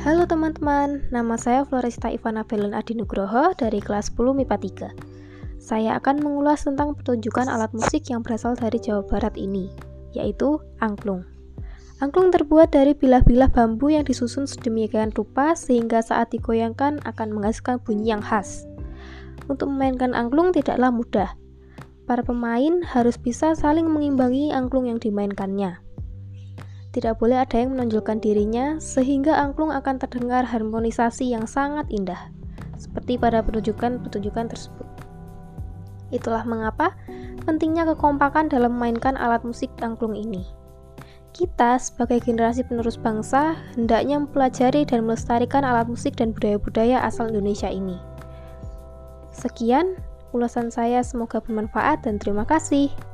Halo teman-teman, nama saya Floresta Ivana Belen Adinugroho dari kelas 10 MIPA 3. Saya akan mengulas tentang pertunjukan alat musik yang berasal dari Jawa Barat ini, yaitu angklung. Angklung terbuat dari bilah-bilah bambu yang disusun sedemikian rupa sehingga saat digoyangkan akan menghasilkan bunyi yang khas. Untuk memainkan angklung tidaklah mudah. Para pemain harus bisa saling mengimbangi angklung yang dimainkannya. Tidak boleh ada yang menonjolkan dirinya, sehingga angklung akan terdengar harmonisasi yang sangat indah, seperti pada pertunjukan tersebut. Itulah mengapa pentingnya kekompakan dalam memainkan alat musik angklung ini. Kita sebagai generasi penerus bangsa hendaknya mempelajari dan melestarikan alat musik dan budaya-budaya asal Indonesia ini. Sekian ulasan saya, semoga bermanfaat dan terima kasih.